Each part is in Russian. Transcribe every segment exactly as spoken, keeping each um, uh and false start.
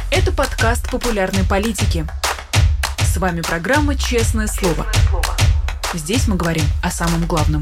Это подкаст популярной политики. С вами программа «Честное слово». Здесь мы говорим о самом главном.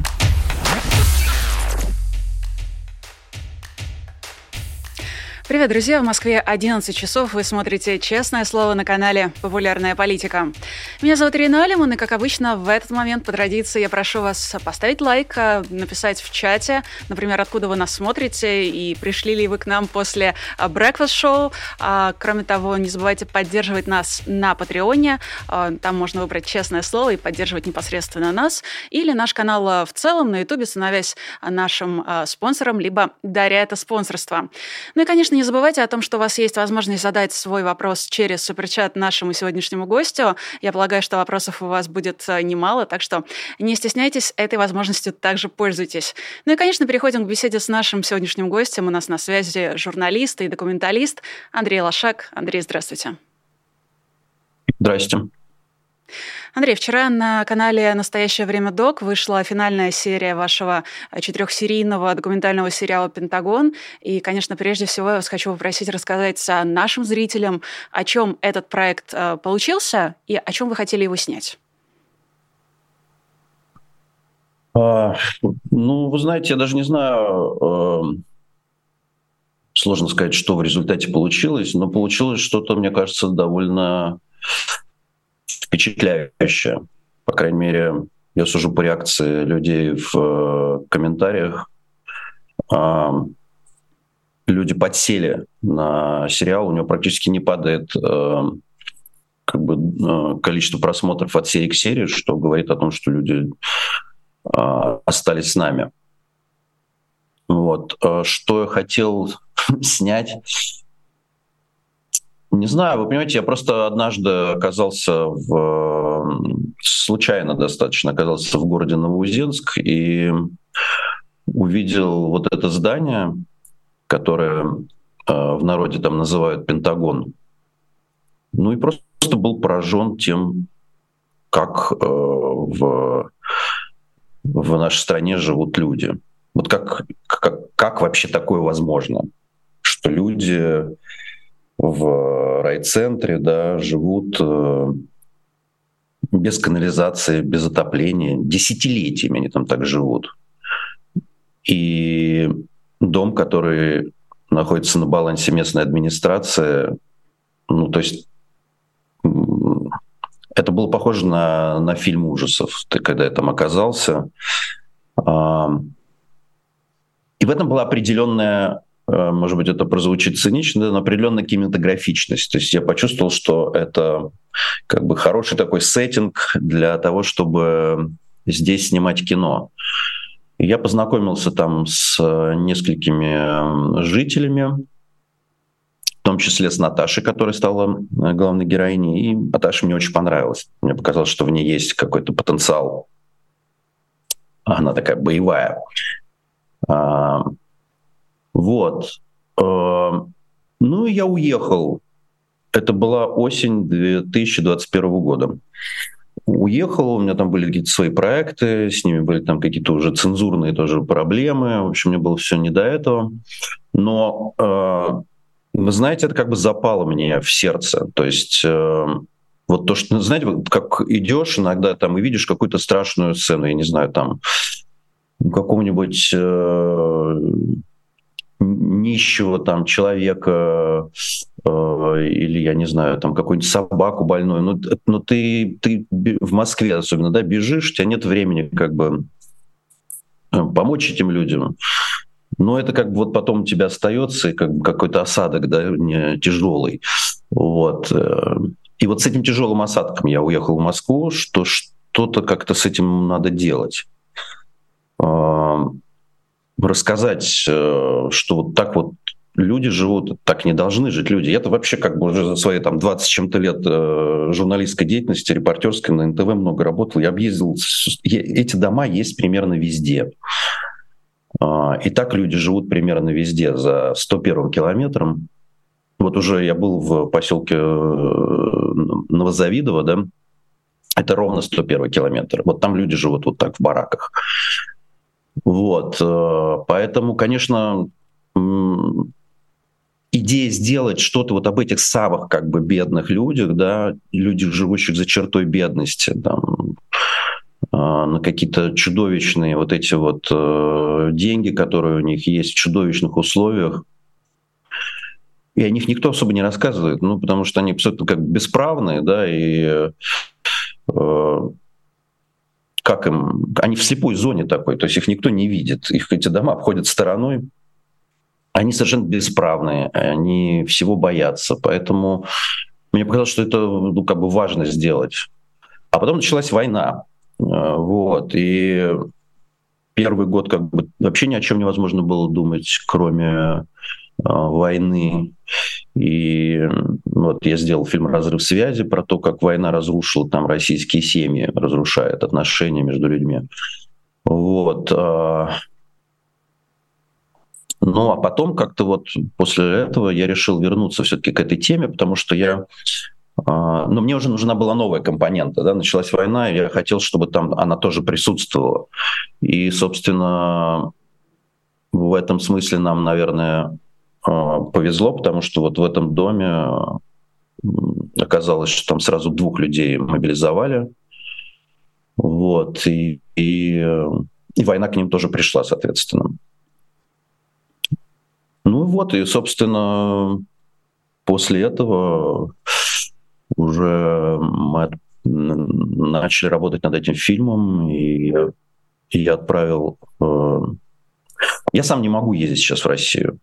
Привет, друзья! В Москве одиннадцать часов. Вы смотрите «Честное слово» на канале «Популярная политика». Меня зовут Ирина Алиман, и, как обычно, в этот момент, по традиции, я прошу вас поставить лайк, написать в чате, например, откуда вы нас смотрите и пришли ли вы к нам после Breakfast Show. Кроме того, не забывайте поддерживать нас на Патреоне. Там можно выбрать «Честное слово» и поддерживать непосредственно нас. Или наш канал в целом на Ютубе, становясь нашим спонсором, либо даря это спонсорство. Ну и, конечно, не забывайте о том, что у вас есть возможность задать свой вопрос через суперчат нашему сегодняшнему гостю. Я полагаю, что вопросов у вас будет немало, так что не стесняйтесь, этой возможностью также пользуйтесь. Ну и, конечно, переходим к беседе с нашим сегодняшним гостем. У нас на связи журналист и документалист Андрей Лошак. Андрей, здравствуйте. Здрасте. Андрей, вчера на канале «Настоящее время док» вышла финальная серия вашего четырехсерийного документального сериала «Пентагон». И, конечно, прежде всего я вас хочу попросить рассказать нашим зрителям, о чем этот проект получился и о чем вы хотели его снять. А, ну, вы знаете, я даже не знаю, сложно сказать, что в результате получилось, но получилось что-то, мне кажется, довольно впечатляющее. По крайней мере, я сужу по реакции людей в э, комментариях. Э, люди подсели на сериал, у него практически не падает э, как бы, э, количество просмотров от серии к серии, что говорит о том, что люди э, остались с нами. Вот. Что я хотел снять... Не знаю, вы понимаете, я просто однажды оказался в... случайно достаточно оказался в городе Новоузенск и увидел вот это здание, которое в народе там называют Пентагон. Ну и просто был поражен тем, как в, в нашей стране живут люди. Вот как, как, как вообще такое возможно, что люди в райцентре, да, живут э, без канализации, без отопления. Десятилетиями они там так живут. И дом, который находится на балансе местной администрации, ну, то есть это было похоже на, на фильм ужасов, ты, когда я там оказался. А, и в этом была определенная, может быть, это прозвучит цинично, но определенная кинематографичность. То есть я почувствовал, что это как бы хороший такой сеттинг для того, чтобы здесь снимать кино. И я познакомился там с несколькими жителями, в том числе с Наташей, которая стала главной героиней. И Наташа мне очень понравилась. Мне показалось, что в ней есть какой-то потенциал. Она такая боевая. Вот. Ну, я уехал. Это была осень две тысячи двадцать первого года. Уехал, у меня там были какие-то свои проекты, с ними были там какие-то уже цензурные тоже проблемы. В общем, мне было все не до этого. Но, вы знаете, это как бы запало мне в сердце. То есть вот то, что, знаете, вот как идешь иногда там и видишь какую-то страшную сцену, я не знаю, там какого-нибудь нищего там человека э, или, я не знаю, там какую-нибудь собаку больную, но, но ты, ты в Москве особенно, да, бежишь, у тебя нет времени как бы помочь этим людям, но это как бы вот потом у тебя остается как бы какой-то осадок, да, не тяжелый, вот. И вот с этим тяжелым осадком я уехал в Москву, что что-то как-то с этим надо делать. Рассказать, что вот так вот люди живут, так не должны жить люди. Я-то вообще как бы уже за свои там двадцать с чем-то лет журналистской деятельности, репортерской, на эн тэ вэ много работал. Я объездил, эти дома есть примерно везде. И так люди живут примерно везде, за сто первым километром. Вот уже я был в поселке Новозавидово, да, это ровно сто первый километр. Вот там люди живут вот так в бараках. Вот, поэтому, конечно, идея сделать что-то вот об этих самых как бы бедных людях, да, людях, живущих за чертой бедности, там, на какие-то чудовищные вот эти вот э, деньги, которые у них есть в чудовищных условиях. И о них никто особо не рассказывает, ну, потому что они абсолютно как бесправные, да, и э, как им... Они в слепой зоне такой, то есть их никто не видит, их эти дома обходят стороной. Они совершенно бесправные, они всего боятся, поэтому мне показалось, что это, ну, как бы важно сделать. А потом началась война. Вот, и первый год как бы вообще ни о чем невозможно было думать, кроме э, войны. И вот я сделал фильм «Разрыв связи» про то, как война разрушила там российские семьи, разрушает отношения между людьми. Вот. Э, ну, а потом как-то вот после этого я решил вернуться все-таки к этой теме, потому что я... Но мне уже нужна была новая компонента, да, началась война, и я хотел, чтобы там она тоже присутствовала. И, собственно, в этом смысле нам, наверное, повезло, потому что вот в этом доме оказалось, что там сразу двух людей мобилизовали, вот, и, и, и война к ним тоже пришла, соответственно. Ну вот, и, собственно, после этого... уже мы начали работать над этим фильмом, и я отправил... Я сам не могу ездить сейчас в Россию.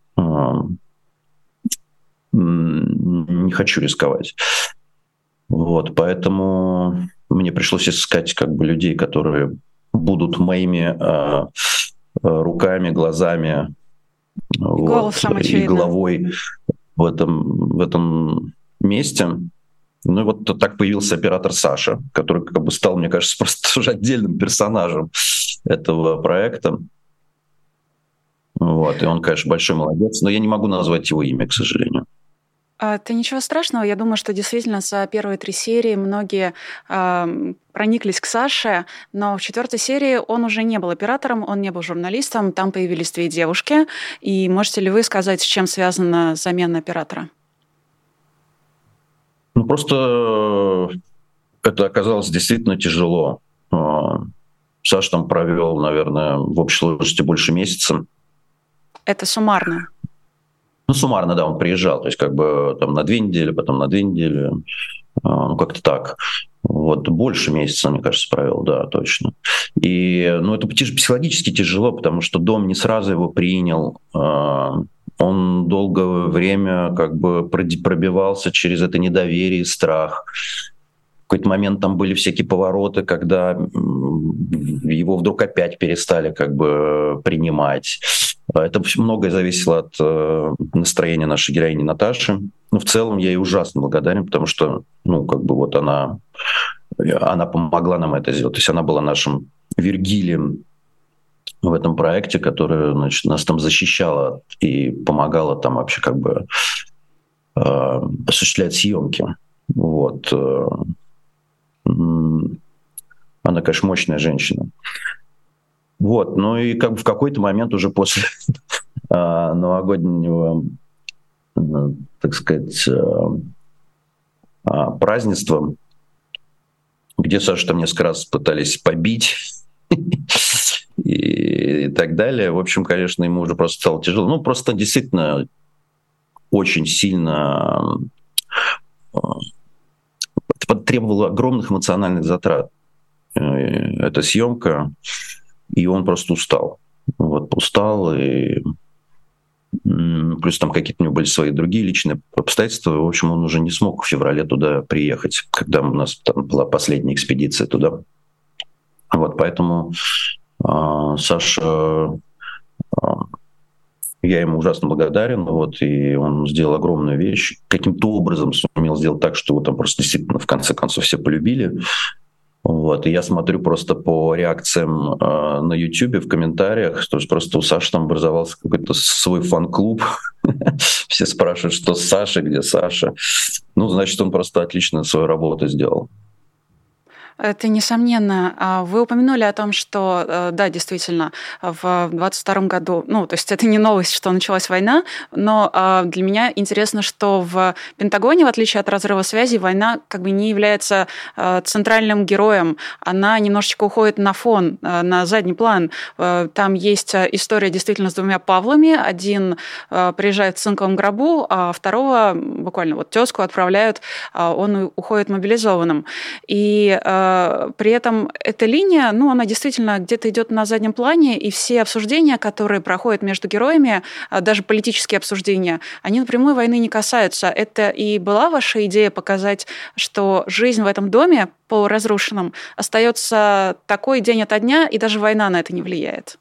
Не хочу рисковать. Вот, поэтому мне пришлось искать как бы людей, которые будут моими руками, глазами и, вот, и головой в этом, в этом месте. Ну и вот так появился оператор Саша, который как бы стал, мне кажется, просто уже отдельным персонажем этого проекта. Вот, и он, конечно, большой молодец, но я не могу назвать его имя, к сожалению. Это ничего страшного. Я думаю, что действительно за первые три серии многие э, прониклись к Саше, но в четвертой серии он уже не был оператором, он не был журналистом, там появились две девушки. И можете ли вы сказать, с чем связана замена оператора? Ну, просто это оказалось действительно тяжело. Саша там провел, наверное, в общей сложности больше месяца. Это суммарно? Ну, суммарно, да, он приезжал. То есть как бы там на две недели, потом на две недели. Ну, как-то так. Вот, больше месяца, мне кажется, провел, да, точно. И, ну, это психологически тяжело, потому что дом не сразу его принял. Он долгое время как бы пробивался через это недоверие, страх. В какой-то момент там были всякие повороты, когда его вдруг опять перестали как бы принимать. Это многое зависело от настроения нашей героини Наташи. Но в целом я ей ужасно благодарен, потому что, ну, как бы вот она, она помогла нам это сделать. То есть она была нашим Вергилием в этом проекте, которая, значит, нас там защищала и помогала там вообще как бы э, осуществлять съемки. Вот. Она, конечно, мощная женщина. Вот. Ну и как бы в какой-то момент уже после э, новогоднего, э, так сказать, э, празднества, где Сашу там несколько раз пытались побить, и так далее. В общем, конечно, ему уже просто стало тяжело. Ну, просто действительно очень сильно требовало огромных эмоциональных затрат эта съемка, и он просто устал. Вот, устал, и плюс там какие-то у него были свои другие личные обстоятельства. В общем, он уже не смог в феврале туда приехать, когда у нас там была последняя экспедиция туда. Вот, поэтому э, Саша, э, я ему ужасно благодарен, вот, и он сделал огромную вещь. Каким-то образом сумел сделать так, что его там просто действительно в конце концов все полюбили. Вот, и я смотрю просто по реакциям э, на Ютубе, в комментариях, что просто у Саши там образовался какой-то свой фан-клуб. Все спрашивают, что с Сашей, где Саша. Ну, значит, он просто отлично свою работу сделал. Это несомненно. Вы упомянули о том, что, да, действительно, в двадцать втором году, ну, то есть это не новость, что началась война, но для меня интересно, что в Пентагоне, в отличие от разрыва связи, война как бы не является центральным героем. Она немножечко уходит на фон, на задний план. Там есть история действительно с двумя Павлами. Один приезжает в цинковом гробу, а второго буквально вот тезку отправляют, он уходит мобилизованным. И при этом эта линия, ну, она действительно где-то идет на заднем плане, и все обсуждения, которые проходят между героями, даже политические обсуждения, они напрямую войны не касаются. Это и была ваша идея показать, что жизнь в этом доме полуразрушенном остается такой день ото дня, и даже война на это не влияет?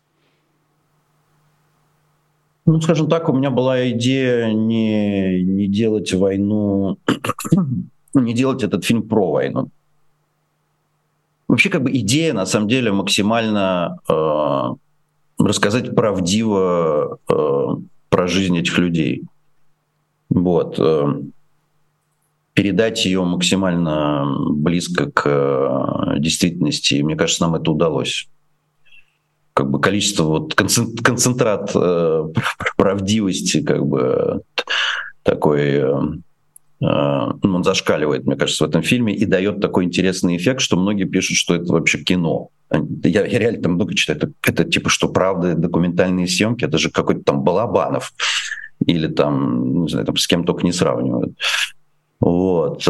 Ну, скажем так, у меня была идея не, не делать войну, не делать этот фильм про войну. Вообще, как бы идея, на самом деле, максимально э, рассказать правдиво э, про жизнь этих людей. Вот. Э, передать ее максимально близко к э, действительности. И мне кажется, нам это удалось. Как бы количество, вот, концентрат э, правдивости, как бы такой... Э, он зашкаливает, мне кажется, в этом фильме и дает такой интересный эффект, что многие пишут, что это вообще кино. Я, я реально там много читаю. Это, это типа, что правда, документальные съемки, это же какой-то там Балабанов или там, не знаю, там с кем только не сравнивают. Вот.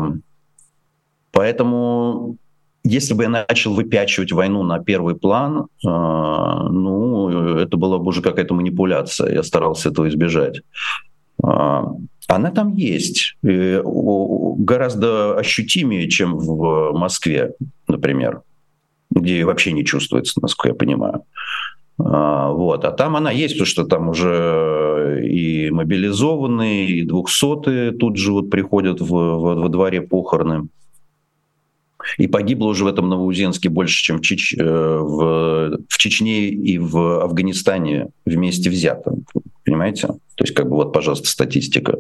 Поэтому, если бы я начал выпячивать войну на первый план, ну, это была бы уже какая-то манипуляция. Я старался этого избежать. Она там есть, гораздо ощутимее, чем в Москве, например, где вообще не чувствуется, насколько я понимаю. Вот. А там она есть, потому что там уже и мобилизованные, и двухсотые тут же вот приходят в, в, во дворе похороны. И погибло уже в этом Новоузенске больше, чем в, Чеч... в... в Чечне и в Афганистане вместе взято. Понимаете? То есть, как бы вот, пожалуйста, статистика.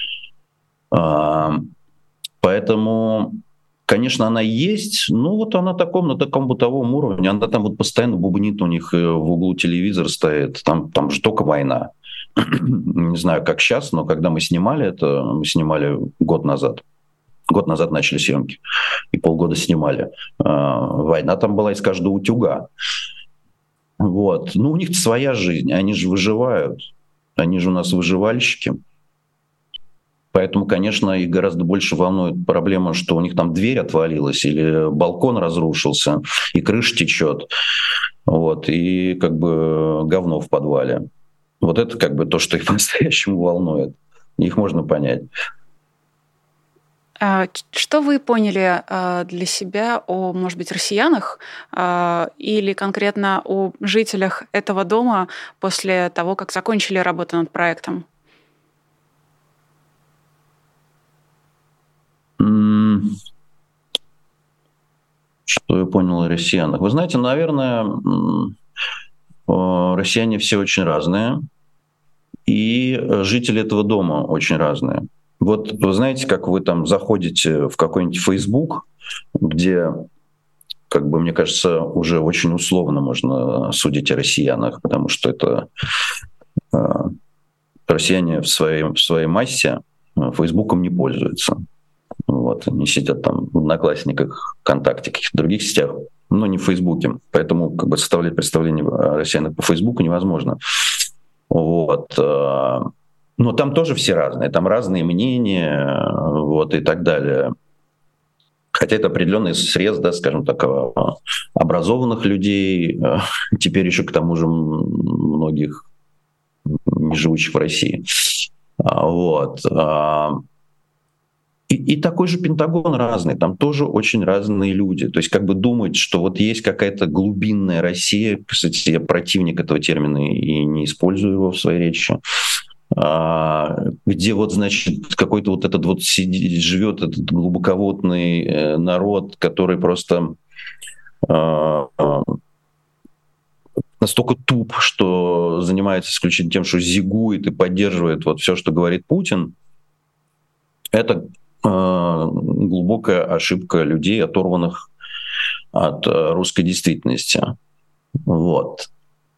Поэтому, конечно, она есть, но вот она таком, на таком бытовом уровне. Она там вот постоянно бубнит, у них в углу телевизор стоит, там, там же только война. Не знаю, как сейчас, но когда мы снимали это, мы снимали год назад. Год назад начали съемки и полгода снимали. Война там была из каждого утюга. Вот. Ну, у них своя жизнь, они же выживают. Они же у нас выживальщики. Поэтому, конечно, их гораздо больше волнует проблема, что у них там дверь отвалилась или балкон разрушился, и крыша течет. Вот. И как бы говно в подвале. Вот это как бы то, что их по-настоящему волнует. Их можно понять. Что вы поняли для себя о, может быть, россиянах или конкретно о жителях этого дома после того, как закончили работу над проектом? Что я понял о россиянах? Вы знаете, наверное, россияне все очень разные, и жители этого дома очень разные. Вот вы знаете, как вы там заходите в какой-нибудь Facebook, где, как бы, мне кажется, уже очень условно можно судить о россиянах, потому что это э, россияне в своей, в своей массе Фейсбуком не пользуются. Вот, они сидят там в Одноклассниках, ВКонтакте, каких-то других сетях, но не в Фейсбуке. Поэтому как бы составлять представление о россиянах по Фейсбуку невозможно. Вот. Но там тоже все разные, там разные мнения, вот, и так далее. Хотя это определенный срез, да, скажем так, образованных людей, теперь еще к тому же многих не живущих в России. Вот. И, и такой же Пентагон разный, там тоже очень разные люди. То есть как бы думать, что вот есть какая-то глубинная Россия, кстати, я противник этого термина и не использую его в своей речи, где вот, значит, какой-то вот этот вот сидит, живет этот глубоководный народ, который просто настолько туп, что занимается исключительно тем, что зигует и поддерживает вот все, что говорит Путин. Это глубокая ошибка людей, оторванных от русской действительности. Вот.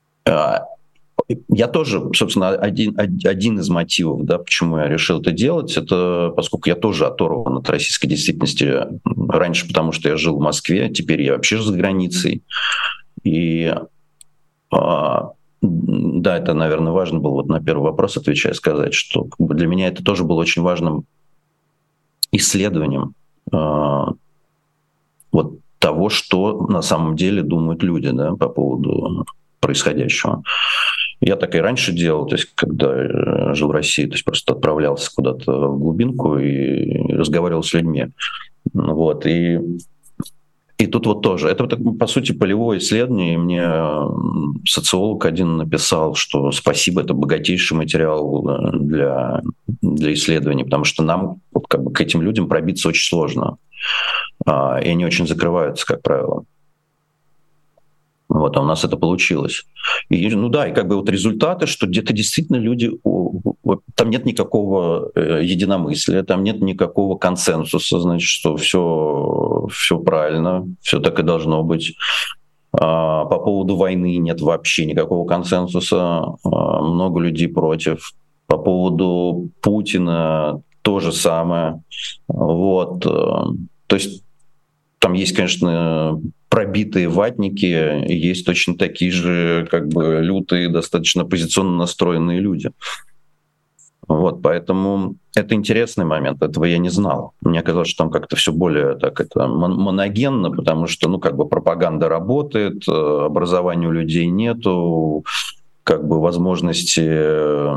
Я тоже, собственно, один, один из мотивов, да, почему я решил это делать, это поскольку я тоже оторван от российской действительности раньше, потому что я жил в Москве, теперь я вообще за границей. И а, да, это, наверное, важно было вот на первый вопрос, отвечая, сказать, что как бы, для меня это тоже было очень важным исследованием а, вот того, что на самом деле думают люди, да, по поводу происходящего. Я так и раньше делал, то есть когда жил в России, то есть просто отправлялся куда-то в глубинку и разговаривал с людьми. Вот. И, и тут вот тоже. Это, по сути, полевое исследование. И мне социолог один написал, что спасибо, это богатейший материал для, для исследований, потому что нам вот, как бы, к этим людям пробиться очень сложно. И они очень закрываются, как правило. Вот, а у нас это получилось. И, ну да, и как бы вот результаты, что где-то действительно люди, вот, там нет никакого э, единомыслия, там нет никакого консенсуса, значит, что все, все правильно, все так и должно быть. А, по поводу войны нет вообще никакого консенсуса, а, много людей против. По поводу Путина то же самое. Вот, то есть там есть, конечно, пробитые ватники, есть точно такие же, как бы, лютые, достаточно оппозиционно настроенные люди. Вот, поэтому это интересный момент, этого я не знал. Мне казалось, что там как-то все более так, это, моногенно, потому что, ну, как бы пропаганда работает, образования у людей нету, как бы возможности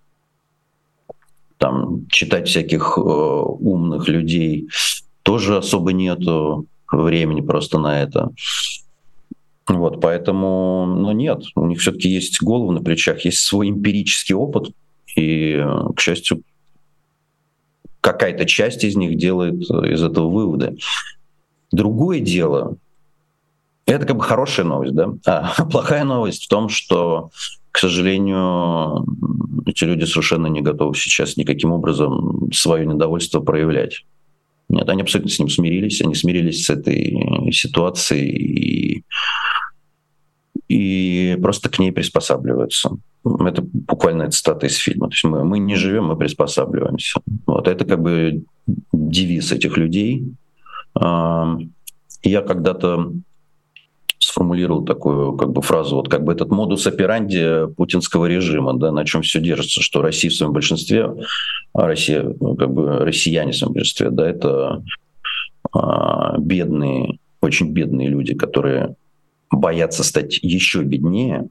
там читать всяких умных людей тоже особо нету. Времени просто на это. Вот, поэтому, ну нет, у них все-таки есть голову на плечах, есть свой эмпирический опыт, и, к счастью, какая-то часть из них делает из этого выводы. Другое дело, это как бы хорошая новость, да? А плохая новость в том, что, к сожалению, эти люди совершенно не готовы сейчас никаким образом свое недовольство проявлять. Нет, они абсолютно с ним смирились, они смирились с этой ситуацией и, и просто к ней приспосабливаются. Это буквально цитата из фильма. То есть мы, мы не живем, мы приспосабливаемся. Вот это как бы девиз этих людей. Я когда-то сформулировал такую как бы фразу, вот как бы этот модус операнди путинского режима, да, на чем все держится, что Россия в своем большинстве, а Россия, как бы россияне в своем большинстве, да, это а, бедные, очень бедные люди, которые боятся стать еще беднее,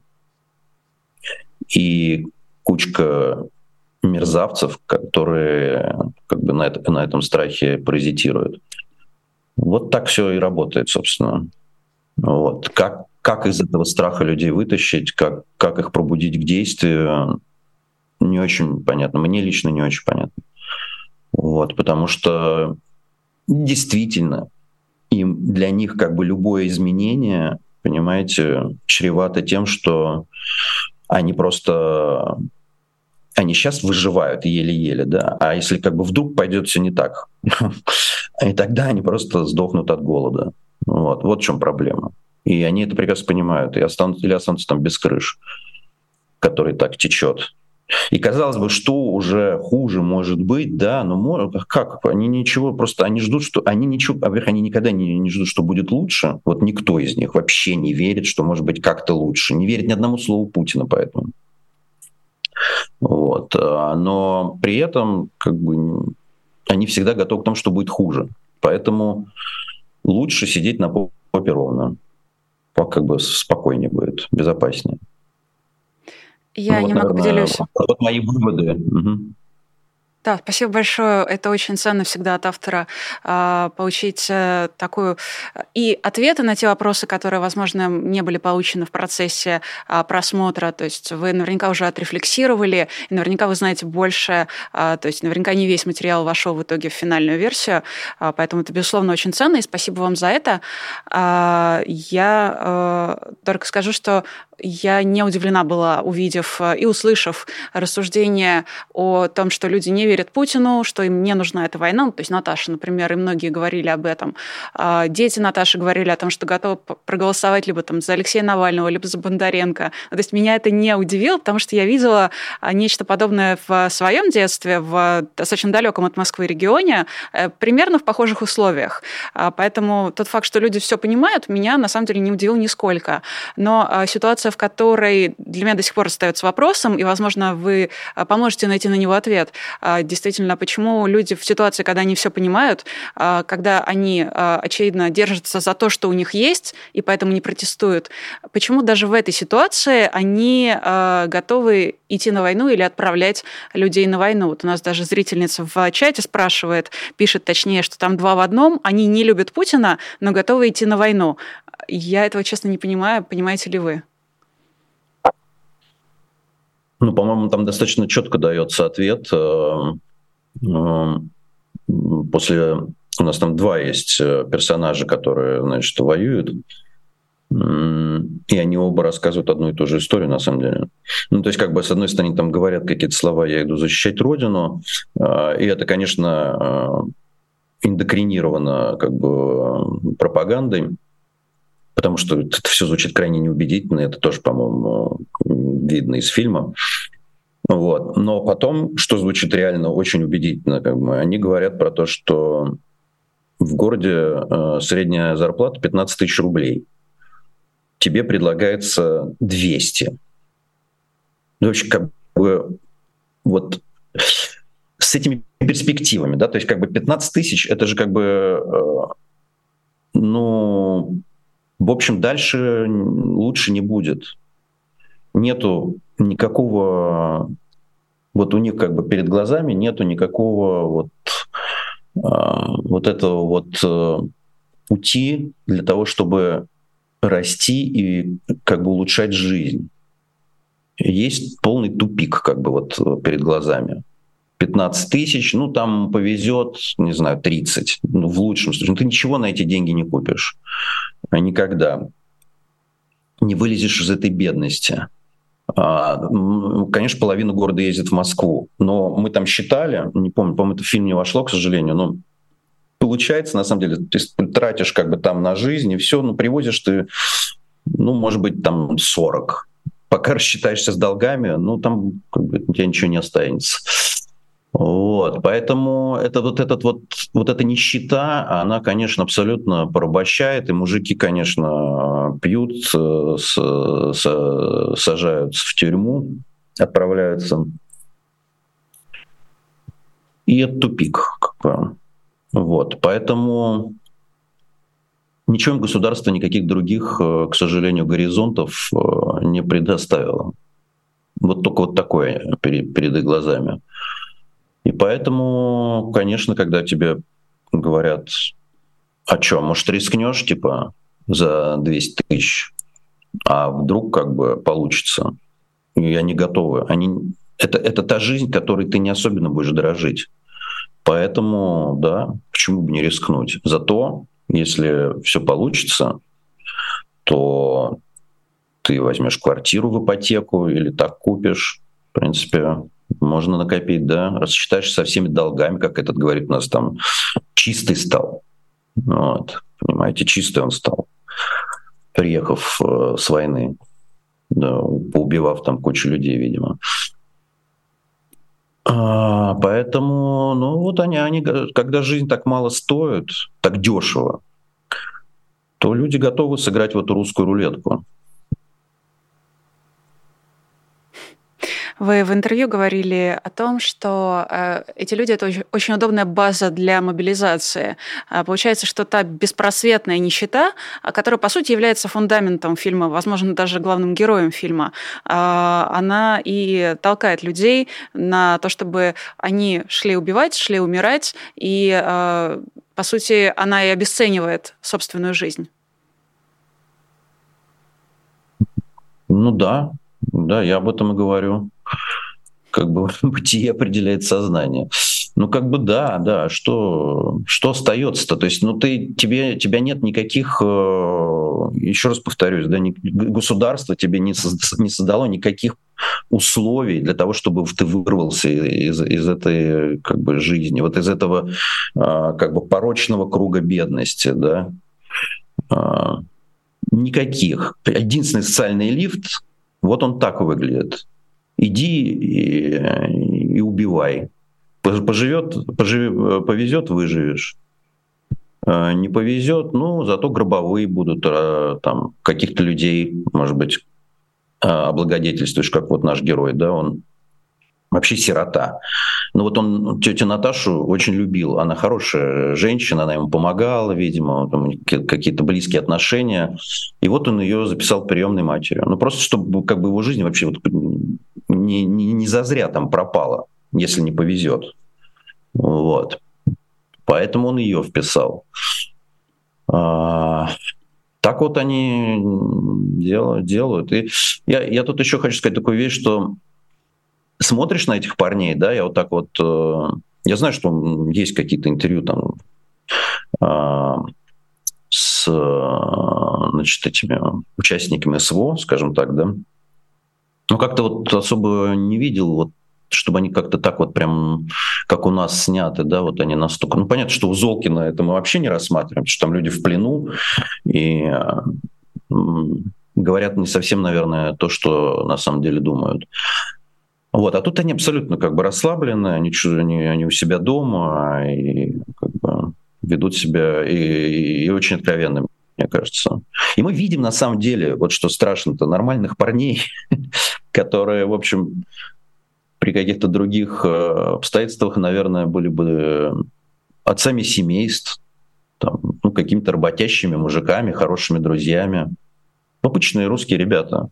и кучка мерзавцев, которые как бы на, это, на этом страхе паразитируют. Вот так все и работает, собственно. Вот. Как, как из этого страха людей вытащить, как, как их пробудить к действию, не очень понятно. Мне лично не очень понятно. Вот, потому что действительно им, для них как бы любое изменение, понимаете, чревато тем, что они просто... Они сейчас выживают еле-еле, да, а если как бы вдруг пойдет все не так, и тогда они просто сдохнут от голода. Вот, вот в чем проблема. И они это прекрасно понимают, и останутся, или останутся там без крыш, который так течет. И казалось бы, что уже хуже может быть, да, но как? Они ничего, просто они ждут, что... Они ничего, во-первых, они никогда не, не ждут, что будет лучше. Вот никто из них вообще не верит, что может быть как-то лучше. Не верит ни одному слову Путина поэтому. Вот. Но при этом как бы, они всегда готовы к тому, что будет хуже. Поэтому лучше сидеть на попе ровно. Как бы спокойнее будет, безопаснее. Я вот, немного наверное, поделюсь. Вот мои выводы. Угу. Да, спасибо большое. Это очень ценно всегда от автора э, получить э, такую и ответы на те вопросы, которые, возможно, не были получены в процессе э, просмотра. То есть вы наверняка уже отрефлексировали, и наверняка вы знаете больше, э, то есть наверняка не весь материал вошел в итоге в финальную версию, э, поэтому это, безусловно, очень ценно, и спасибо вам за это. Э, я э, только скажу, что я не удивлена была, увидев и услышав рассуждения о том, что люди не верят Путину, что им не нужна эта война. Ну, то есть Наташа, например, и многие говорили об этом. Дети Наташи говорили о том, что готовы проголосовать либо там за Алексея Навального, либо за Бондаренко. То есть меня это не удивило, потому что я видела нечто подобное в своем детстве, в достаточно далеком от Москвы регионе, примерно в похожих условиях. Поэтому тот факт, что люди все понимают, меня на самом деле не удивил нисколько. Но ситуация, в которой для меня до сих пор остается вопросом, и, возможно, вы поможете найти на него ответ. Действительно, почему люди в ситуации, когда они все понимают, когда они, очевидно, держатся за то, что у них есть, и поэтому не протестуют, почему даже в этой ситуации они готовы идти на войну или отправлять людей на войну? Вот у нас даже зрительница в чате спрашивает, пишет точнее, что там два в одном, они не любят Путина, но готовы идти на войну. Я этого, честно, не понимаю. Понимаете ли вы? Ну, по-моему, там достаточно четко дается ответ. После у нас там два есть персонажа, которые, значит, воюют, и они оба рассказывают одну и ту же историю, на самом деле. Ну, то есть, как бы, с одной стороны, там говорят какие-то слова: «Я иду защищать Родину», и это, конечно, индокринировано, как бы, пропагандой, потому что это все звучит крайне неубедительно, это тоже, по-моему, видно из фильма. Вот. Но потом, что звучит реально очень убедительно, как бы, они говорят про то, что в городе э, средняя зарплата пятнадцать тысяч рублей. Тебе предлагается двести. Ну, вообще, как бы, вот с этими перспективами, да, то есть, как бы, пятнадцать тысяч, это же, как бы, э, ну... В общем, дальше лучше не будет. Нету никакого... Вот у них, как бы, перед глазами нету никакого вот, вот этого вот пути для того, чтобы расти и, как бы, улучшать жизнь. Есть полный тупик, как бы, вот перед глазами. пятнадцать тысяч, ну, там повезет, не знаю, тридцать, ну, в лучшем случае. Ну, ты ничего на эти деньги не купишь. Никогда. Не вылезешь из этой бедности. Конечно, половина города ездит в Москву, но мы там считали, не помню, по-моему, это в фильм не вошло, к сожалению, но получается, на самом деле, ты тратишь, как бы, там на жизнь, и все, ну, привозишь ты, ну, может быть, там сорок. Пока рассчитаешься с долгами, ну, там, как бы, у тебя ничего не останется. Вот, поэтому это вот, этот вот, вот эта нищета, она, конечно, абсолютно порабощает, и мужики, конечно, пьют, с, с, сажаются в тюрьму, отправляются. И это тупик, как бы. Вот, поэтому ничего им государство никаких других, к сожалению, горизонтов не предоставило. Вот только вот такое перед, перед их глазами. И поэтому, конечно, когда тебе говорят: а что, может, рискнешь, типа, за двести тысяч, а вдруг, как бы, получится? И они готовы. Они... Это, это та жизнь, которой ты не особенно будешь дорожить. Поэтому, да, почему бы не рискнуть? Зато, если все получится, то ты возьмешь квартиру в ипотеку или так купишь. В принципе, можно накопить, да, рассчитаешься со всеми долгами, как этот говорит, у нас там чистый стал. Вот, понимаете, чистый он стал, приехав э, с войны, да, поубивав там кучу людей, видимо. А, поэтому, ну вот они, они, когда жизнь так мало стоит, так дешево, то люди готовы сыграть в эту русскую рулетку. Вы в интервью говорили о том, что э, эти люди — это очень, очень удобная база для мобилизации. А получается, что та беспросветная нищета, которая, по сути, является фундаментом фильма, возможно, даже главным героем фильма, э, она и толкает людей на то, чтобы они шли убивать, шли умирать, и, э, по сути, она и обесценивает собственную жизнь. Ну да, да, я об этом и говорю. Как бы бытие определяет сознание. Ну, как бы да, да, что, что остается-то? То есть, ну, ты, тебе, тебя нет никаких, еще раз повторюсь, да, государство тебе не, созда, не создало никаких условий для того, чтобы ты вырвался из, из этой как бы жизни, вот из этого как бы порочного круга бедности, да. Никаких. Единственный социальный лифт, вот он так выглядит. Иди и, и убивай. Поживет, пожив, повезет, выживешь. Не повезет, ну, зато гробовые будут, там, каких-то людей, может быть, облагодетельствуешь, как вот наш герой, да, он вообще сирота. Но вот он тетю Наташу очень любил. Она хорошая женщина, она ему помогала, видимо, там какие-то близкие отношения. И вот он ее записал приемной матерью. Ну, просто чтобы как бы его жизнь вообще вот не, не, не зазря там пропала, если не повезет. Вот. Поэтому он ее вписал. А, так вот они делают. делают. И я, я тут еще хочу сказать такую вещь, что смотришь на этих парней, да, я вот так вот... Э, я знаю, что есть какие-то интервью там э, с, значит, этими участниками СВО, скажем так, да. Но как-то вот особо не видел, вот, чтобы они как-то так вот прям, как у нас сняты, да, вот они настолько... Ну, понятно, что у Золкина это мы вообще не рассматриваем, потому что там люди в плену, и э, говорят не совсем, наверное, то, что на самом деле думают. Вот, а тут они абсолютно как бы расслаблены, они, они, они у себя дома и как бы ведут себя и, и, и очень откровенно, мне кажется. И мы видим на самом деле, вот что страшно-то, нормальных парней, которые, в общем, при каких-то других обстоятельствах, наверное, были бы отцами семейств, там, ну, какими-то работящими мужиками, хорошими друзьями. Обычные русские ребята.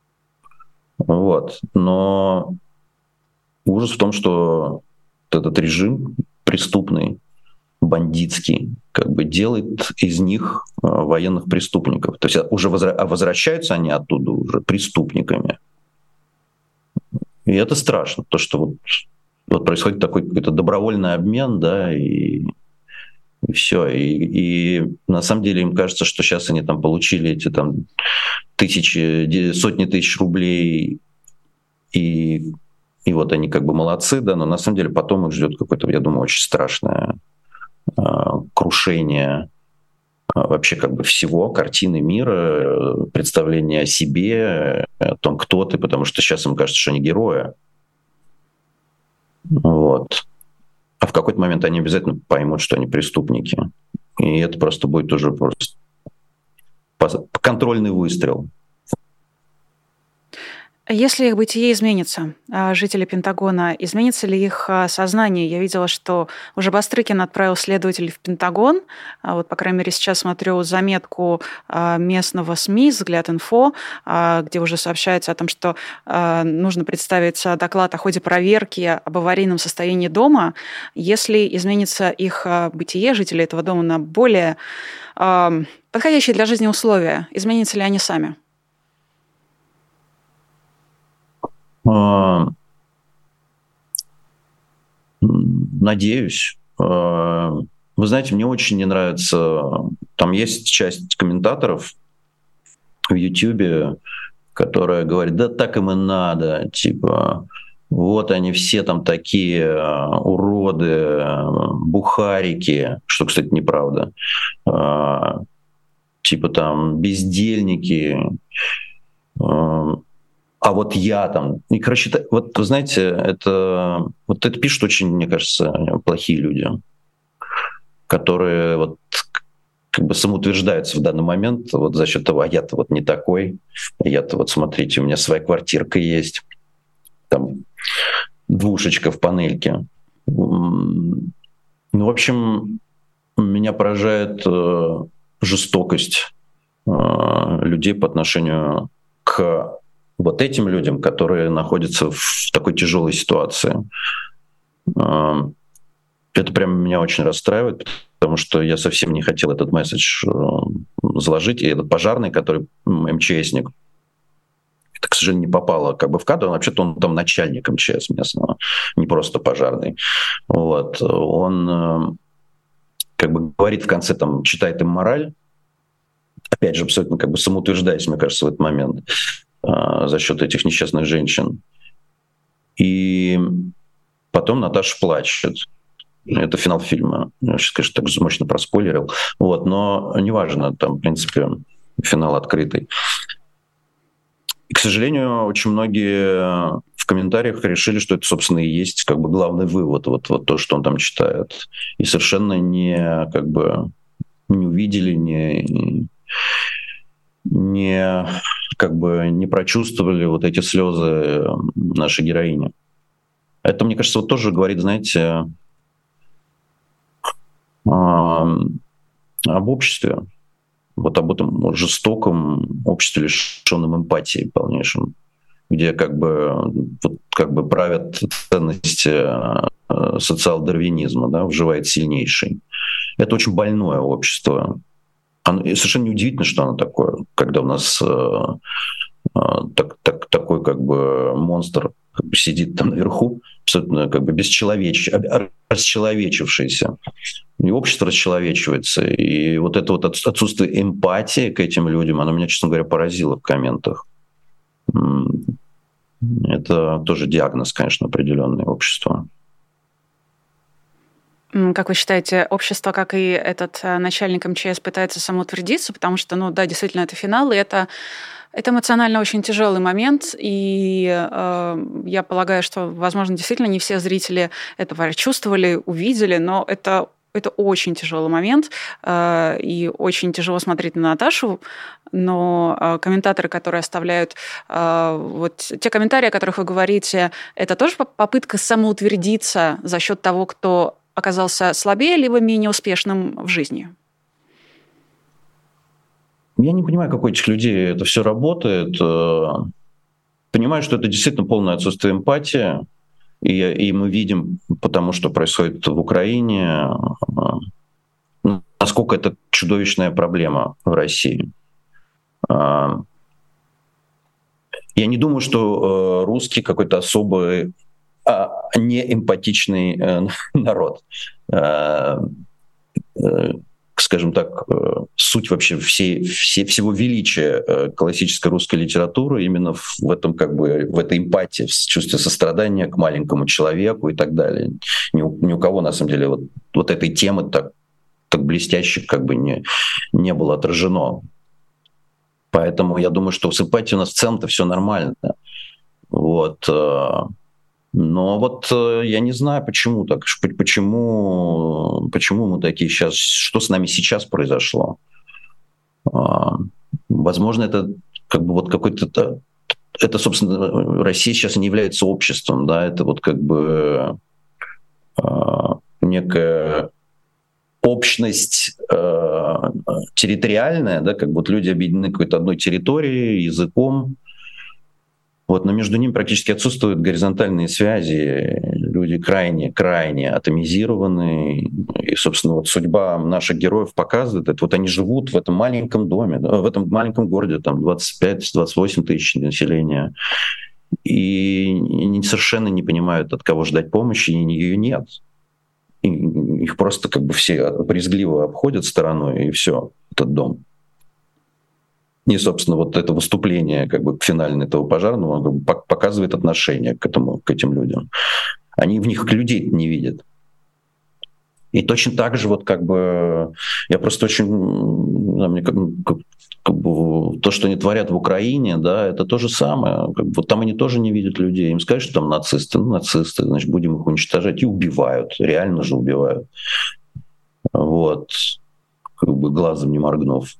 Вот. Но ужас в том, что этот режим преступный, бандитский, как бы делает из них военных преступников. То есть уже возвращаются они оттуда уже преступниками. И это страшно, то, что вот, вот происходит такой какой-то добровольный обмен, да, и, и все. И, и на самом деле им кажется, что сейчас они там получили эти там тысячи, сотни тысяч рублей, и, и вот они как бы молодцы, да, но на самом деле потом их ждет какое-то, я думаю, очень страшное э, крушение э, вообще как бы всего, картины мира, представление о себе, о том, кто ты, потому что сейчас им кажется, что они герои. Вот. А в какой-то момент они обязательно поймут, что они преступники. И это просто будет уже просто контрольный выстрел. Если их бытие изменится, жители Пентагона, изменится ли их сознание? Я видела, что уже Бастрыкин отправил следователей в Пентагон. Вот, по крайней мере, сейчас смотрю заметку местного СМИ «Взгляд.Инфо», где уже сообщается о том, что нужно представить доклад о ходе проверки об аварийном состоянии дома. Если изменится их бытие, жители этого дома, на более подходящие для жизни условия, изменятся ли они сами? Надеюсь. Вы знаете, мне очень не нравится... Там есть часть комментаторов в Ютьюбе, которая говорит, да так им и надо, типа, вот они все там такие уроды, бухарики, что, кстати, неправда, типа там бездельники, а вот я там... И, короче, вот, вы знаете, это, вот это пишут очень, мне кажется, плохие люди, которые вот как бы самоутверждаются в данный момент вот за счет того, а я-то вот не такой, я-то вот, смотрите, у меня своя квартирка есть, там двушечка в панельке. Ну, в общем, меня поражает жестокость людей по отношению к вот этим людям, которые находятся в такой тяжелой ситуации. Это прям меня очень расстраивает, потому что я совсем не хотел этот месседж заложить. И этот пожарный, который МЧСник, это к сожалению, не попало как бы в кадр. Он, вообще-то он там начальник МЧС местного, не просто пожарный. Вот. Он как бы говорит в конце, там, читает им мораль, опять же, абсолютно как бы самоутверждаясь, мне кажется, в этот момент, за счет этих несчастных женщин. И потом Наташа плачет. Это финал фильма. Я сейчас, конечно, так мощно проспойлерил. Вот, но неважно, там, в принципе, финал открытый. И, к сожалению, очень многие в комментариях решили, что это, собственно, и есть как бы главный вывод, вот, вот то, что он там читает. И совершенно не, как бы, не увидели, не, не, как бы, не прочувствовали вот эти слезы нашей героини. Это, мне кажется, вот тоже говорит, знаете, об обществе. Вот об этом жестоком обществе, лишенном эмпатии полнейшем, где как бы, вот, как бы правят ценности социал-дарвинизма, да, выживает сильнейший. Это очень больное общество. Оно, и совершенно неудивительно, что оно такое, когда у нас э, э, так, так, такой как бы монстр как бы сидит там наверху, абсолютно как бы бесчеловеч... расчеловечившийся. И общество расчеловечивается. И вот это вот отсутствие эмпатии к этим людям, оно меня, честно говоря, поразило в комментах. Это тоже диагноз, конечно, определенный общества. Как вы считаете, общество, как и этот начальник МЧС, пытается самоутвердиться, потому что, ну да, действительно, это финал, и это, это эмоционально очень тяжелый момент, и э, я полагаю, что, возможно, действительно не все зрители это прочувствовали, увидели, но это Это очень тяжелый момент, э, и очень тяжело смотреть на Наташу, но э, комментаторы, которые оставляют, э, вот те комментарии, о которых вы говорите, это тоже попытка самоутвердиться за счет того, кто оказался слабее, либо менее успешным в жизни? Я не понимаю, как у этих людей это все работает. Понимаю, что это действительно полное отсутствие эмпатии. И, и мы видим, потому что происходит в Украине, насколько это чудовищная проблема в России. Я не думаю, что русский какой-то особый неэмпатичный народ. Скажем так, суть вообще всей, всей, всего величия классической русской литературы именно в этом, как бы, в этой эмпатии, в чувстве сострадания к маленькому человеку и так далее. Ни у, ни у кого, на самом деле, вот, вот этой темы так, так блестяще как бы не, не было отражено. Поэтому я думаю, что с эмпатией у нас в целом-то все нормально. Вот. Но вот я не знаю, почему так, почему, почему мы такие сейчас, что с нами сейчас произошло. Возможно, это как бы вот какой-то, это, собственно, Россия сейчас не является обществом, да, это вот как бы некая общность территориальная, да, как бы вот люди объединены какой-то одной территорией, языком. Вот, но между ними практически отсутствуют горизонтальные связи. Люди крайне, крайне атомизированы. И, собственно, вот судьба наших героев показывает это. Вот они живут в этом маленьком доме, в этом маленьком городе, там двадцать пять - двадцать восемь тысяч населения. И они совершенно не понимают, от кого ждать помощи, и ее нет. И их просто как бы все брезгливо обходят стороной, и все, этот дом. И, собственно, вот это выступление как бы финальное этого пожарного как бы показывает отношение к этому, к этим людям. Они в них людей не видят. И точно так же вот как бы я просто очень, да, мне как, как, как бы то, что они творят в Украине, да, это то же самое. Как бы, вот там они тоже не видят людей. Им скажут, что там нацисты, ну нацисты, значит, будем их уничтожать, и убивают, реально же убивают. Вот, как бы глазом не моргнув.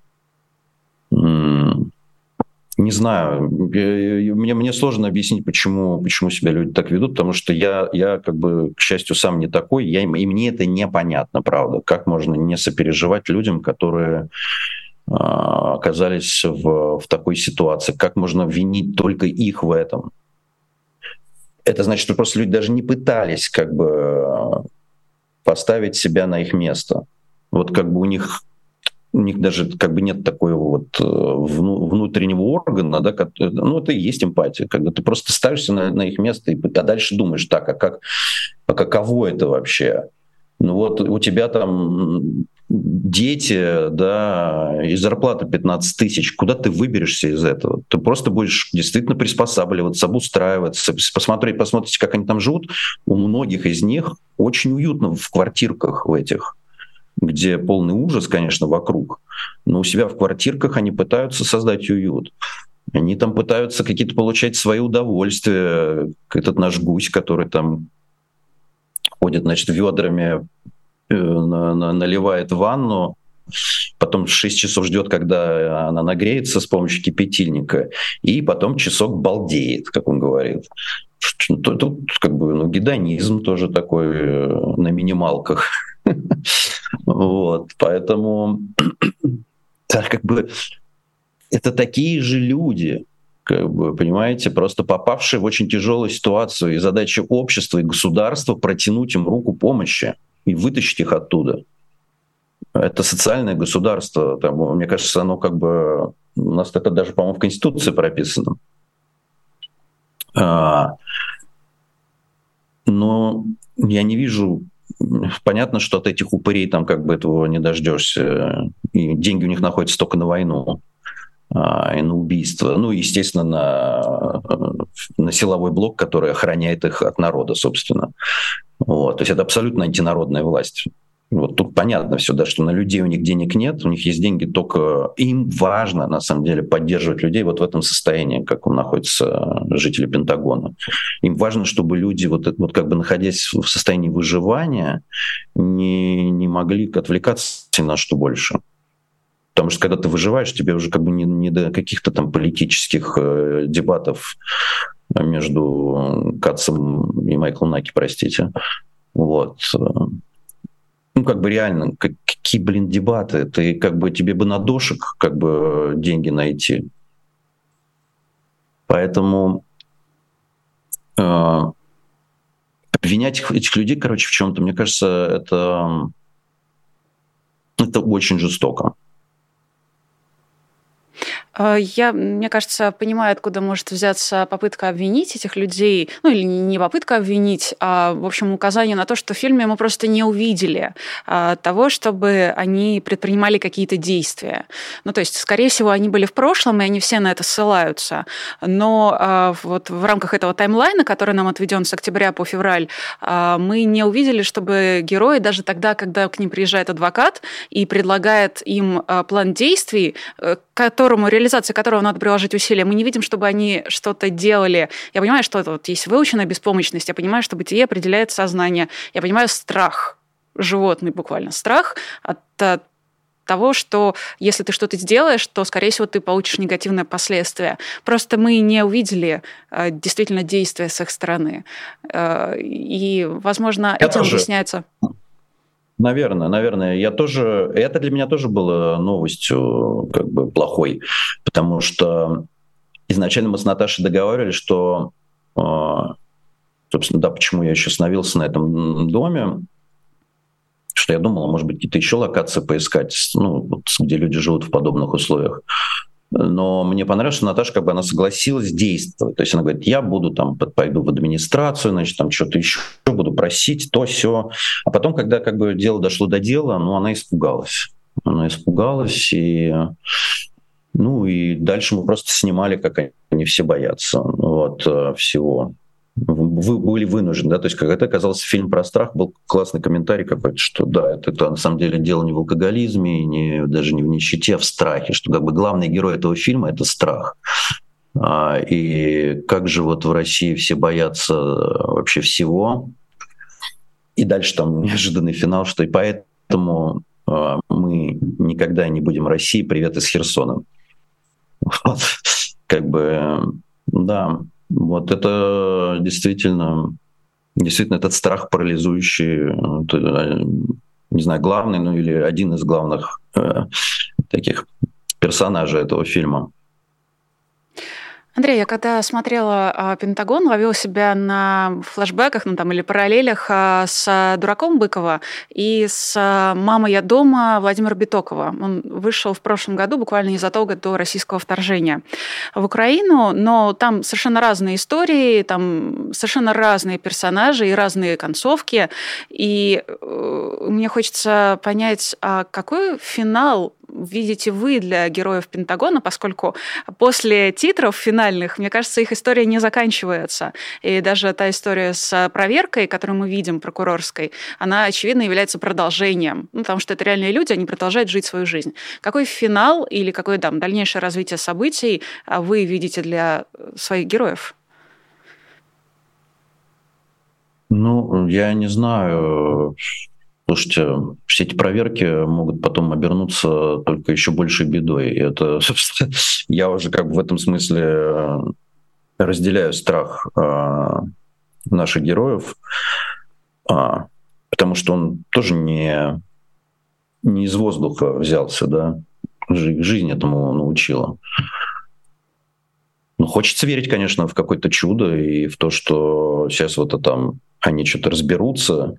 Не знаю, мне, мне сложно объяснить, почему, почему себя люди так ведут, потому что я, я, как бы, к счастью, сам не такой, я, и мне это непонятно, правда. Как можно не сопереживать людям, которые а, оказались в, в такой ситуации? Как можно винить только их в этом? Это значит, что просто люди даже не пытались как бы поставить себя на их место. Вот как бы у них у них даже как бы нет такого вот внутреннего органа, да, ну, это и есть эмпатия, когда ты просто ставишься на, на их место, и, а дальше думаешь, так, а, как, а каково это вообще? Ну вот у тебя там дети, да, и зарплата пятнадцать тысяч, куда ты выберешься из этого? Ты просто будешь действительно приспосабливаться, обустраиваться, посмотреть, посмотрите, как они там живут. У многих из них очень уютно в квартирках в этих, где полный ужас, конечно, вокруг, но у себя в квартирках они пытаются создать уют. Они там пытаются какие-то получать свои удовольствия. Этот наш гусь, который там ходит, значит, ведрами, э, на, на, наливает ванну, потом шесть часов ждет, когда она нагреется с помощью кипятильника, и потом часок балдеет, как он говорит. Тут, тут как бы, ну, гедонизм тоже такой э, на минималках. Вот, поэтому да, как бы это такие же люди, как бы, понимаете, просто попавшие в очень тяжелую ситуацию, и задача общества и государства протянуть им руку помощи и вытащить их оттуда. Это социальное государство, там, мне кажется, оно как бы у нас это даже, по-моему, в Конституции прописано. А, но я не вижу. Понятно, что от этих упырей там как бы этого не дождешься. И деньги у них находятся только на войну а, и на убийство. Ну, естественно, на, на силовой блок, который охраняет их от народа, собственно. Вот. То есть это абсолютно антинародная власть. Вот тут понятно все, да, что на людей у них денег нет, у них есть деньги только... Им важно, на самом деле, поддерживать людей вот в этом состоянии, как находятся жители Пентагона. Им важно, чтобы люди, вот, вот как бы находясь в состоянии выживания, не, не могли отвлекаться ни на что больше. Потому что когда ты выживаешь, тебе уже как бы не, не до каких-то там политических э, дебатов между Кацем и Майклом Наки, простите. Вот. Ну, как бы реально, как, какие, блин, дебаты. Ты как бы, тебе бы на дошек как бы деньги найти. Поэтому э, обвинять этих людей, короче, в чем-то, мне кажется, это, это очень жестоко. Я, мне кажется, понимаю, откуда может взяться попытка обвинить этих людей, ну или не попытка обвинить, а, в общем, указание на то, что в фильме мы просто не увидели а, того, чтобы они предпринимали какие-то действия. Ну, то есть, скорее всего, они были в прошлом, и они все на это ссылаются. Но а, вот в рамках этого таймлайна, который нам отведен с октября по февраль, а, мы не увидели, чтобы герои, даже тогда, когда к ним приезжает адвокат и предлагает им а, план действий, к которому реализация которого надо приложить усилия, мы не видим, чтобы они что-то делали. Я понимаю, что это вот есть выученная беспомощность, я понимаю, что бытие определяет сознание, я понимаю страх, животный буквально страх от того, что если ты что-то сделаешь, то, скорее всего, ты получишь негативное последствие. Просто мы не увидели действительно действия с их стороны. И, возможно, я этим тоже... объясняется... Наверное, наверное, я тоже, это для меня тоже было новостью как бы плохой, потому что изначально мы с Наташей договаривались, что, собственно, да, почему я еще остановился на этом доме, что я думал, может быть, какие-то еще локации поискать, ну, вот, где люди живут в подобных условиях. Но мне понравилось, что Наташа как бы она согласилась действовать. То есть она говорит, я буду там, пойду в администрацию, значит, там что-то еще буду просить, то, сё. А потом, когда как бы дело дошло до дела, ну, она испугалась. Она испугалась, и, ну, и дальше мы просто снимали, как они все боятся вот, всего. Вы были вынуждены, да, то есть, когда это оказался фильм про страх, был классный комментарий какой-то, что да, это, это на самом деле дело не в алкоголизме, не, даже не в нищете, а в страхе, что как бы главный герой этого фильма — это страх. А, и как же вот в России все боятся вообще всего, и дальше там неожиданный финал, что и поэтому а, мы никогда не будем России, привет из Херсона. Вот, как бы, да. Вот это действительно, действительно этот страх парализующий, не знаю, главный, ну или один из главных э, таких персонажей этого фильма. Андрей, я когда смотрела а, «Пентагон», ловила себя на флешбеках, ну там или параллелях а, с «Дураком» Быкова и с а, «Мама, я дома» Владимира Битокова. Он вышел в прошлом году, буквально незадолго до российского вторжения в Украину, но там совершенно разные истории, там совершенно разные персонажи и разные концовки. И э, мне хочется понять, а какой финал видите вы для героев Пентагона, поскольку после титров финальных, мне кажется, их история не заканчивается. И даже та история с проверкой, которую мы видим, прокурорской, она, очевидно, является продолжением. Ну, потому что это реальные люди, они продолжают жить свою жизнь. Какой финал или какое там, дальнейшее развитие событий вы видите для своих героев? Ну, я не знаю. Слушайте, все эти проверки могут потом обернуться только еще большей бедой. И это, собственно, я уже как бы в этом смысле разделяю страх э, наших героев, э, потому что он тоже не, не из воздуха взялся, да, жизнь этому научила. Ну, хочется верить, конечно, в какое-то чудо и в то, что сейчас вот там они что-то разберутся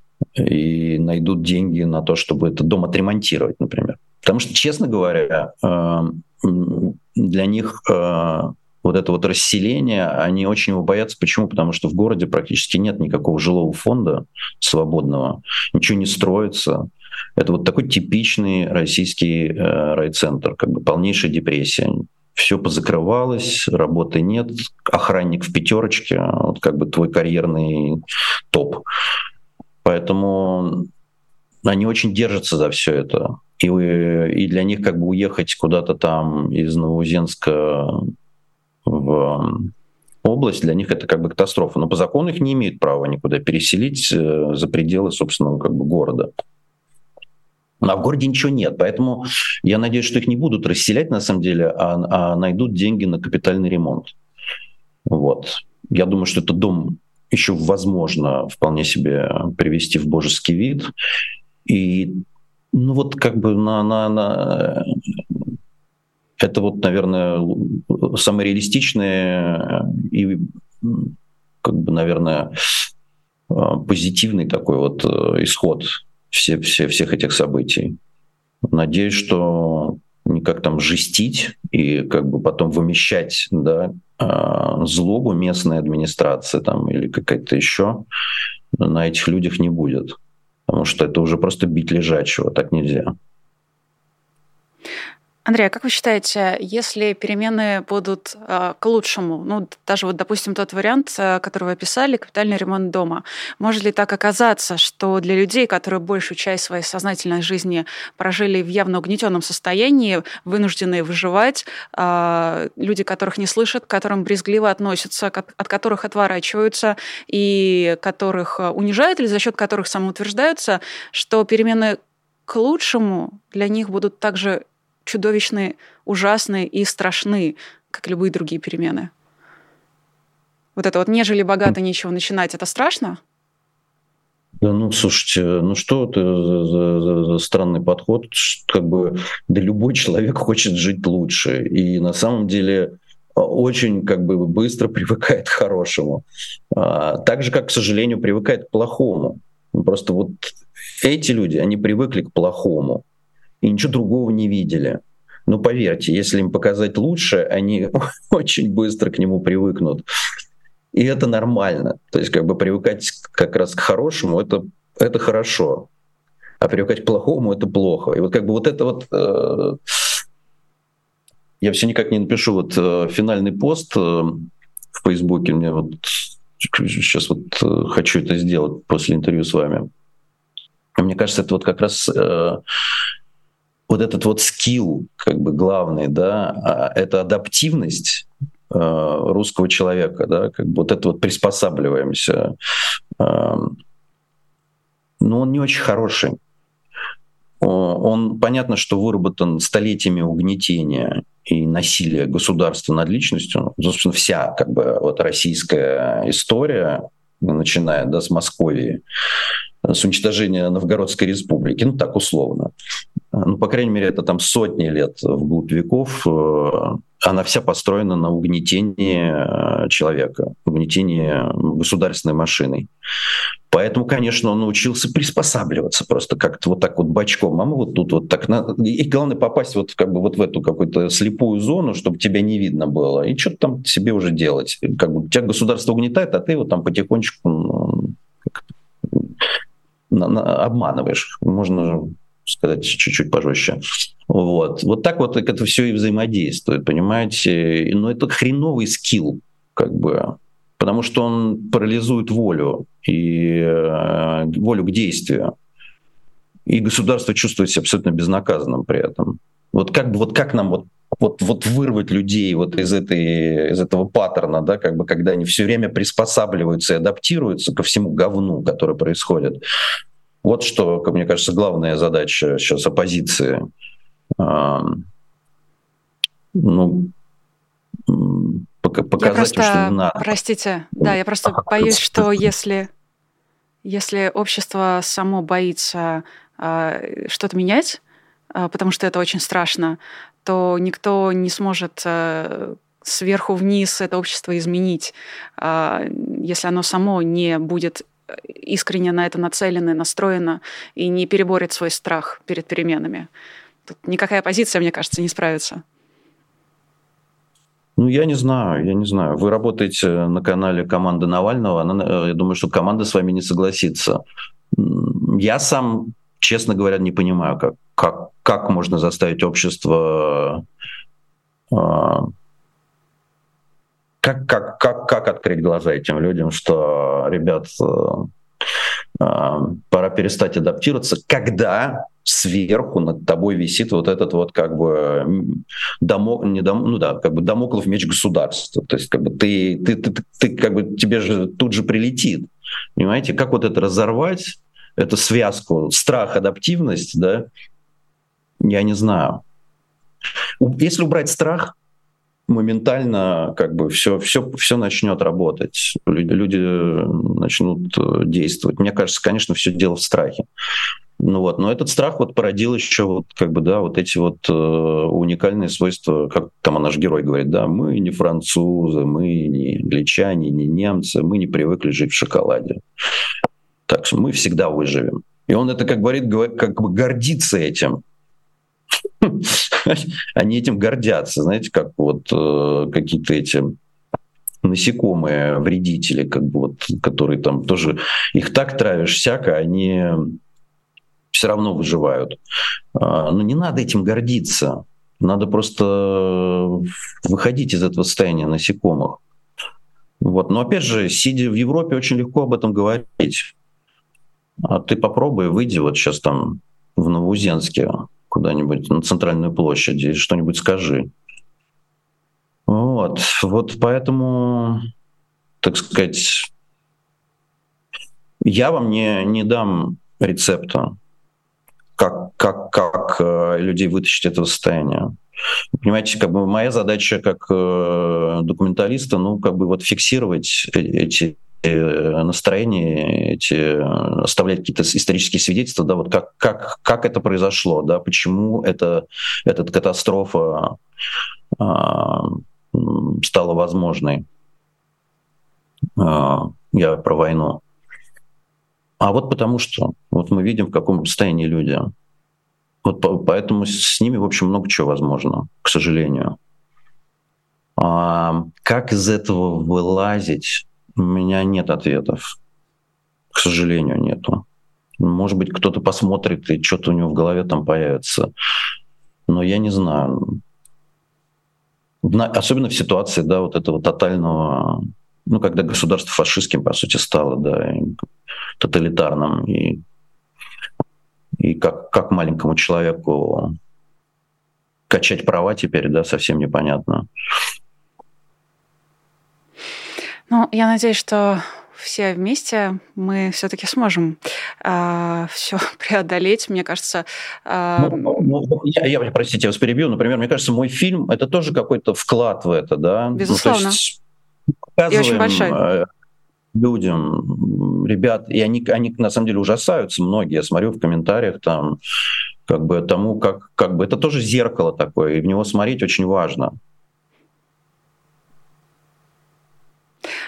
и найдут деньги на то, чтобы этот дом отремонтировать, например. Потому что, честно говоря, для них вот это вот расселение, они очень его боятся. Почему? Потому что в городе практически нет никакого жилого фонда свободного, ничего не строится. Это вот такой типичный российский райцентр, как бы полнейшая депрессия. Все позакрывалось, работы нет, охранник в пятерочке, вот как бы твой карьерный топ. Поэтому они очень держатся за все это. И, и для них как бы уехать куда-то там из Новоузенска в область, для них это как бы катастрофа. Но по закону их не имеют права никуда переселить за пределы собственного как бы города. А в городе ничего нет, поэтому я надеюсь, что их не будут расселять на самом деле, а, а найдут деньги на капитальный ремонт. Вот. Я думаю, что этот дом еще возможно вполне себе привести в божеский вид. И ну вот как бы на, на, на... это вот, наверное, самый реалистичный и как бы, наверное, позитивный такой вот исход все, все, всех этих событий. Надеюсь, что не как там жестить и как бы потом вымещать, да, злобу местной администрации там, или какая-то еще на этих людях не будет. Потому что это уже просто бить лежачего, так нельзя. Андрей, а как вы считаете, если перемены будут э, к лучшему, ну, даже вот, допустим, тот вариант, э, который вы описали, капитальный ремонт дома, может ли так оказаться, что для людей, которые большую часть своей сознательной жизни прожили в явно угнетенном состоянии, вынуждены выживать, э, люди, которых не слышат, к которым брезгливо относятся, от которых отворачиваются и которых унижают или за счет которых самоутверждаются, что перемены к лучшему для них будут также чудовищные, ужасные и страшны, как любые другие перемены? Вот это вот «нежели богато нечего начинать» — это страшно? Да, ну, слушайте, ну что это за, за, за странный подход? Как бы, да любой человек хочет жить лучше. И на самом деле очень как бы быстро привыкает к хорошему. А, так же, как, к сожалению, привыкает к плохому. Просто вот эти люди, они привыкли к плохому и ничего другого не видели. Но поверьте, если им показать лучше, они очень быстро к нему привыкнут. И это нормально. То есть как бы привыкать как раз к хорошему — это, это хорошо. А привыкать к плохому — это плохо. И вот как бы вот это вот... Э, я все никак не напишу вот э, финальный пост э, в Фейсбуке. Мне вот сейчас вот э, хочу это сделать после интервью с вами. Мне кажется, это вот как раз... Э, вот этот вот скилл, как бы главный, да, это адаптивность э, русского человека, да, как бы вот это вот приспосабливаемся. Э, но он не очень хороший. Он, понятно, что выработан столетиями угнетения и насилия государства над личностью. Собственно, вся как бы вот российская история, начиная, да, с Московии, с уничтожения Новгородской республики, ну так условно. Ну, по крайней мере, это там сотни лет вглубь веков она вся построена на угнетении человека, угнетении государственной машиной. Поэтому, конечно, он научился приспосабливаться просто как-то вот так вот бочком. А мы вот тут вот так... И главное попасть вот как бы вот в эту какую-то слепую зону, чтобы тебя не видно было. И что-то там себе уже делать. Как бы тебя государство угнетает, а ты вот там потихонечку обманываешь. Можно сказать чуть-чуть пожестче. Вот. Вот так вот это все и взаимодействует, понимаете? Но это хреновый скилл, как бы, потому что он парализует волю и э, волю к действию. И государство чувствует себя абсолютно безнаказанным при этом. Вот как, вот как нам вот, вот, вот вырвать людей вот из, этой, из этого паттерна, да, как бы, когда они все время приспосабливаются и адаптируются ко всему говну, которое происходит. Вот что, как мне кажется, главная задача сейчас оппозиции. А, ну, показать, я просто, что не надо. Простите, да, я просто боюсь, что если, если общество само боится а, что-то менять, а, потому что это очень страшно, то никто не сможет а, сверху вниз это общество изменить, а, если оно само не будет искренне на это нацелено и настроено и не переборет свой страх перед переменами. Тут никакая оппозиция, мне кажется, не справится. Ну, я не знаю, я не знаю. Вы работаете на канале «Команда Навального». Она, я думаю, что команда с вами не согласится. Я сам, честно говоря, не понимаю, как, как, как можно заставить общество... Как, как, как, как открыть глаза этим людям, что, ребят, пора перестать адаптироваться, когда сверху над тобой висит вот этот вот как бы дамок, не дам, ну да, как бы дамоклов меч государства. То есть как бы ты, ты, ты, ты, ты как бы тебе же тут же прилетит. Понимаете, как вот это разорвать, эту связку страх, адаптивность, да, я не знаю. Если убрать страх, моментально как бы все, все, все начнет работать. Люди, люди начнут действовать. Мне кажется, конечно, все дело в страхе. Ну вот, но этот страх вот породил еще вот как бы да вот эти вот э, уникальные свойства, как там наш герой говорит, да, мы не французы, мы не англичане, не немцы, мы не привыкли жить в шоколаде. Так что мы всегда выживем. И он это как говорит, как бы гордится этим. Они этим гордятся, знаете, как вот э, какие-то эти насекомые вредители, как бы вот, которые там тоже их так травишь всяко, они все равно выживают. А, но не надо этим гордиться, надо просто выходить из этого состояния насекомых. Вот. Но опять же, сидя в Европе, очень легко об этом говорить. А ты попробуй, выйди вот сейчас там в Новоузенске, куда-нибудь на центральную площадь и что-нибудь скажи. Вот, вот поэтому, так сказать, я вам не, не дам рецепта, как, как, как людей вытащить из этого состояния. Понимаете, как бы моя задача как документалиста, ну, как бы вот фиксировать эти настроения, эти, оставлять какие-то исторические свидетельства, да, вот как, как, как это произошло, да, почему это, эта катастрофа а, стала возможной. А, я про войну. А вот потому что вот мы видим, в каком состоянии люди. Вот по, поэтому с ними, в общем, много чего возможно, к сожалению. А, как из этого вылазить? У меня нет ответов. К сожалению, нету. Может быть, кто-то посмотрит, и что-то у него в голове там появится. Но я не знаю. Особенно в ситуации, да, вот этого тотального... Ну, когда государство фашистским, по сути, стало, да, и тоталитарным. И, и как, как маленькому человеку качать права теперь, да, совсем непонятно. Ну, я надеюсь, что все вместе мы все-таки сможем э, все преодолеть. Мне кажется... Э... Ну, ну, я, я, простите, я вас перебью. Например, мне кажется, мой фильм — это тоже какой-то вклад в это, да? Безусловно. Ну, то есть показываем и очень большой. Людям, ребят, и они, они на самом деле ужасаются, многие. Я смотрю в комментариях там, как бы тому, как, как бы это тоже зеркало такое, и в него смотреть очень важно.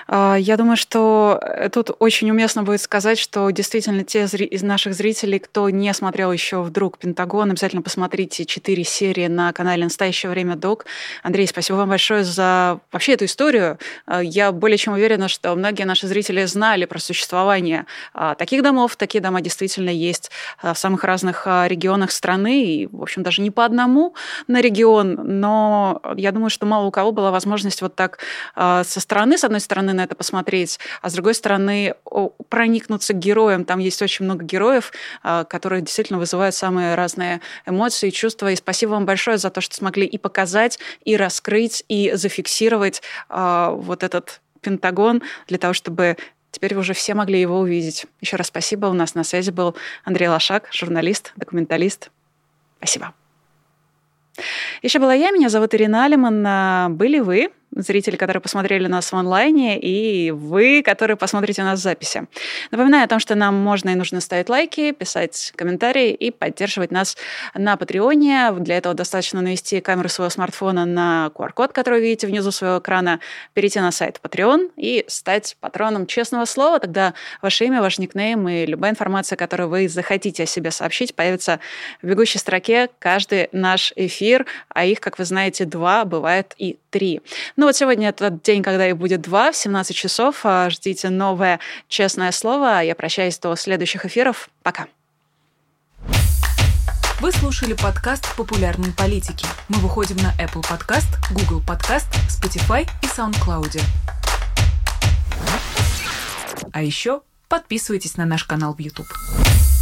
Я думаю, что тут очень уместно будет сказать, что действительно те из наших зрителей, кто не смотрел еще вдруг «Пентагон», обязательно посмотрите четыре серии на канале «Настоящее время док». Андрей, спасибо вам большое за вообще эту историю. Я более чем уверена, что многие наши зрители знали про существование таких домов. Такие дома действительно есть в самых разных регионах страны, и, в общем, даже не по одному на регион, но я думаю, что мало у кого была возможность вот так со стороны, с одной стороны, на это посмотреть, а с другой стороны, проникнуться к героям. Там есть очень много героев, которые действительно вызывают самые разные эмоции и чувства. И спасибо вам большое за то, что смогли и показать, и раскрыть, и зафиксировать вот этот Пентагон для того, чтобы теперь уже все могли его увидеть. Еще раз спасибо. У нас на связи был Андрей Лошак, журналист, документалист. Спасибо. Еще была я, меня зовут Ирина Алиман. Были вы, зрители, которые посмотрели нас в онлайне, и вы, которые посмотрите нас в записи. Напоминаю о том, что нам можно и нужно ставить лайки, писать комментарии и поддерживать нас на Патреоне. Для этого достаточно навести камеру своего смартфона на ку ар-код, который вы видите внизу своего экрана, перейти на сайт Patreon и стать патроном «Честного слова». Тогда ваше имя, ваш никнейм и любая информация, которую вы захотите о себе сообщить, появится в бегущей строке каждый наш эфир, а их, как вы знаете, два, бывает и три. Ну вот сегодня тот день, когда их будет два, в семнадцать часов. Ждите новое «Честное слово». Я прощаюсь до следующих эфиров. Пока. Вы слушали подкаст «Популярные политики». Мы выходим на Apple Podcast, Google Podcast, Spotify и SoundCloud. А еще подписывайтесь на наш канал в YouTube.